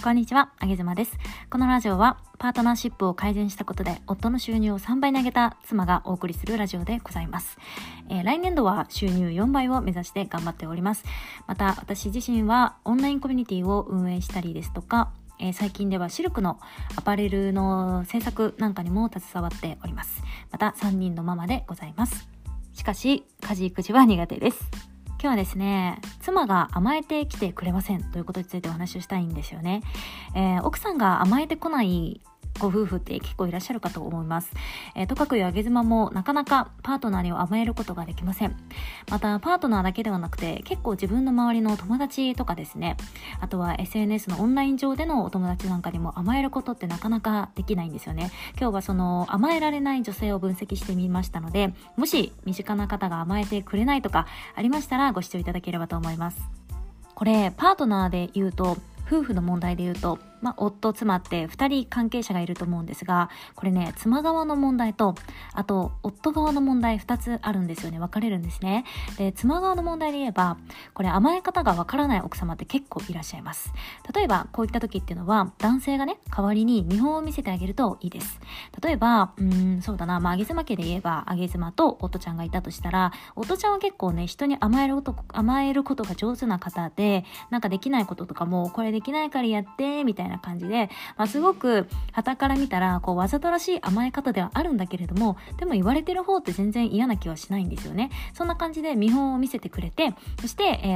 こんにちは、あげずまです。このラジオはパートナーシップを改善したことで夫の収入を3倍に上げた妻がお送りするラジオでございます。来年度は収入4倍を目指して頑張っております。また私自身はオンラインコミュニティを運営したりですとか、最近ではシルクのアパレルの制作なんかにも携わっております。また3人のママでございます。しかし家事育児は苦手です。今日はですね、妻が甘えてきてくれませんということについてお話をしたいんですよね。奥さんが甘えてこないご夫婦って結構いらっしゃるかと思います。とかくいうあげ妻もなかなかパートナーには甘えることができません。またパートナーだけではなくて結構自分の周りの友達とかですね、あとは SNS のオンライン上でのお友達なんかにも甘えることってなかなかできないんですよね。今日はその甘えられない女性を分析してみましたので、もし身近な方が甘えてくれないとかありましたらご視聴いただければと思います。これパートナーで言うと、夫婦の問題で言うと、夫、妻って2人関係者がいると思うんですが、これね、妻側の問題と、あと、夫側の問題2つあるんですよね。分かれるんですね。で、妻側の問題で言えば、これ甘え方が分からない奥様って結構いらっしゃいます。例えば、こういった時っていうのは、男性がね、代わりに見本を見せてあげるといいです。例えば、そうだな、あげ妻家で言えば、あげ妻と夫ちゃんがいたとしたら、夫ちゃんは結構ね、人に甘えることが上手な方で、なんかできないこととかも、これできないからやって、みたいな感じで、すごく傍から見たらわざとらしい甘え方ではあるんだけれども、でも言われてる方って全然嫌な気はしないんですよね。そんな感じで見本を見せてくれて、そして、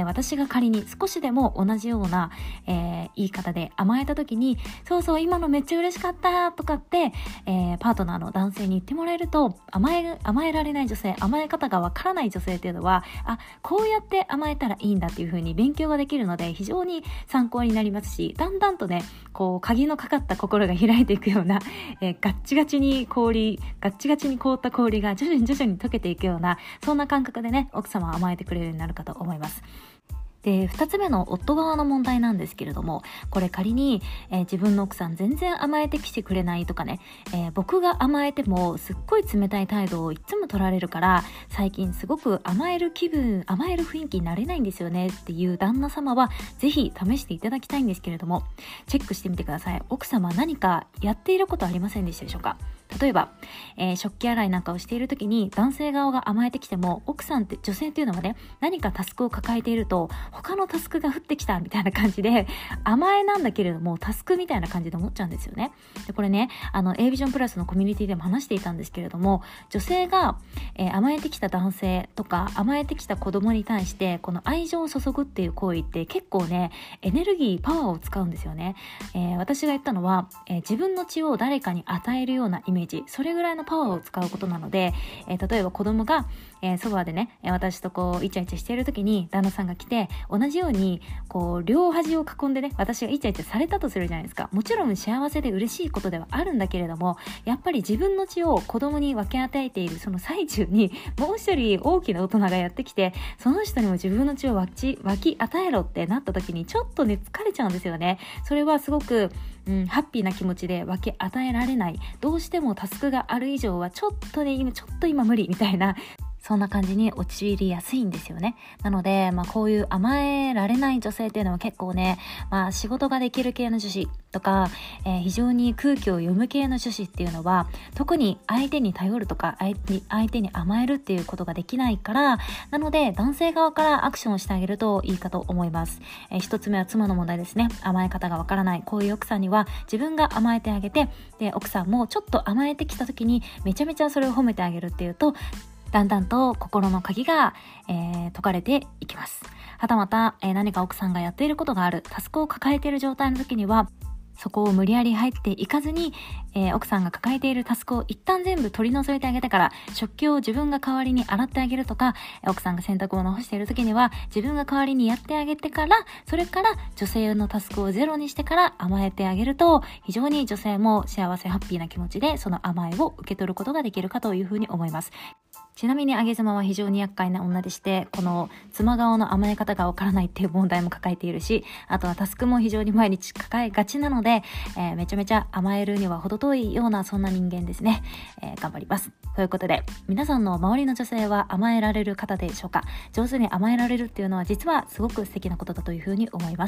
私が仮に少しでも同じような、言い方で甘えた時に、そうそう今のめっちゃ嬉しかったとかって、パートナーの男性に言ってもらえると、甘えられない女性、甘え方がわからない女性っていうのは、こうやって甘えたらいいんだっていう風に勉強ができるので非常に参考になりますし、だんだんとね、鍵のかかった心が開いていくような、ガッチガチに凍った氷が徐々に溶けていくような、そんな感覚でね、奥様は甘えてくれるようになるかと思います。で、2つ目の夫側の問題なんですけれども、これ仮に、自分の奥さん全然甘えてきてくれないとかね、僕が甘えてもすっごい冷たい態度をいつも取られるから、最近すごく甘える雰囲気になれないんですよねっていう旦那様は、ぜひ試していただきたいんですけれども、チェックしてみてください。奥様何かやっていることありませんでしたでしょうか？例えば、食器洗いなんかをしている時に男性側が甘えてきても、奥さんって女性っていうのはね、何かタスクを抱えていると他のタスクが降ってきたみたいな感じで、甘えなんだけれどもタスクみたいな感じで思っちゃうんですよね。でこれね、A ビジョンプラスのコミュニティでも話していたんですけれども、女性が、甘えてきた男性とか甘えてきた子供に対してこの愛情を注ぐっていう行為って結構ね、エネルギーパワーを使うんですよね。私が言ったのは、自分の血を誰かに与えるようなイメージ、それぐらいのパワーを使うことなので、例えば子供が、そばでね、私とイチャイチャしている時に旦那さんが来て、同じように両端を囲んでね、私がイチャイチャされたとするじゃないですか。もちろん幸せで嬉しいことではあるんだけれども、やっぱり自分の血を子供に分け与えているその最中に、もう一人大きな大人がやってきて、その人にも自分の血を分き与えろってなった時に、ちょっとね疲れちゃうんですよね。それはすごくハッピーな気持ちで分け与えられない、どうしてもタスクがある以上はちょっと今無理みたいな、そんな感じに陥りやすいんですよね。なので、こういう甘えられない女性っていうのは結構ね、仕事ができる系の女子とか、非常に空気を読む系の女子っていうのは、特に相手に頼るとか相手に甘えるっていうことができないから、なので男性側からアクションをしてあげるといいかと思います。一つ目は妻の問題ですね。甘え方がわからない。こういう奥さんには自分が甘えてあげて、で奥さんもちょっと甘えてきた時にめちゃめちゃそれを褒めてあげるっていうと、だんだんと心の鍵が、解かれていきます。はたまた、何か奥さんがやっていることがある、タスクを抱えている状態の時には、そこを無理やり入っていかずに、奥さんが抱えているタスクを一旦全部取り除いてあげてから、食器を自分が代わりに洗ってあげるとか、奥さんが洗濯物を干している時には自分が代わりにやってあげてから、それから女性のタスクをゼロにしてから甘えてあげると、非常に女性も幸せハッピーな気持ちでその甘えを受け取ることができるかというふうに思います。ちなみにあげ妻は非常に厄介な女でして、この妻側の甘え方がわからないっていう問題も抱えているし、あとはタスクも非常に毎日抱えがちなので、めちゃめちゃ甘えるには程遠いようなそんな人間ですね。頑張ります。ということで、皆さんの周りの女性は甘えられる方でしょうか？上手に甘えられるっていうのは実はすごく素敵なことだというふうに思います。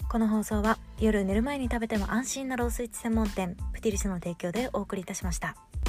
この放送は夜寝る前に食べても安心なロースイーツ専門店プティリスの提供でお送りいたしました。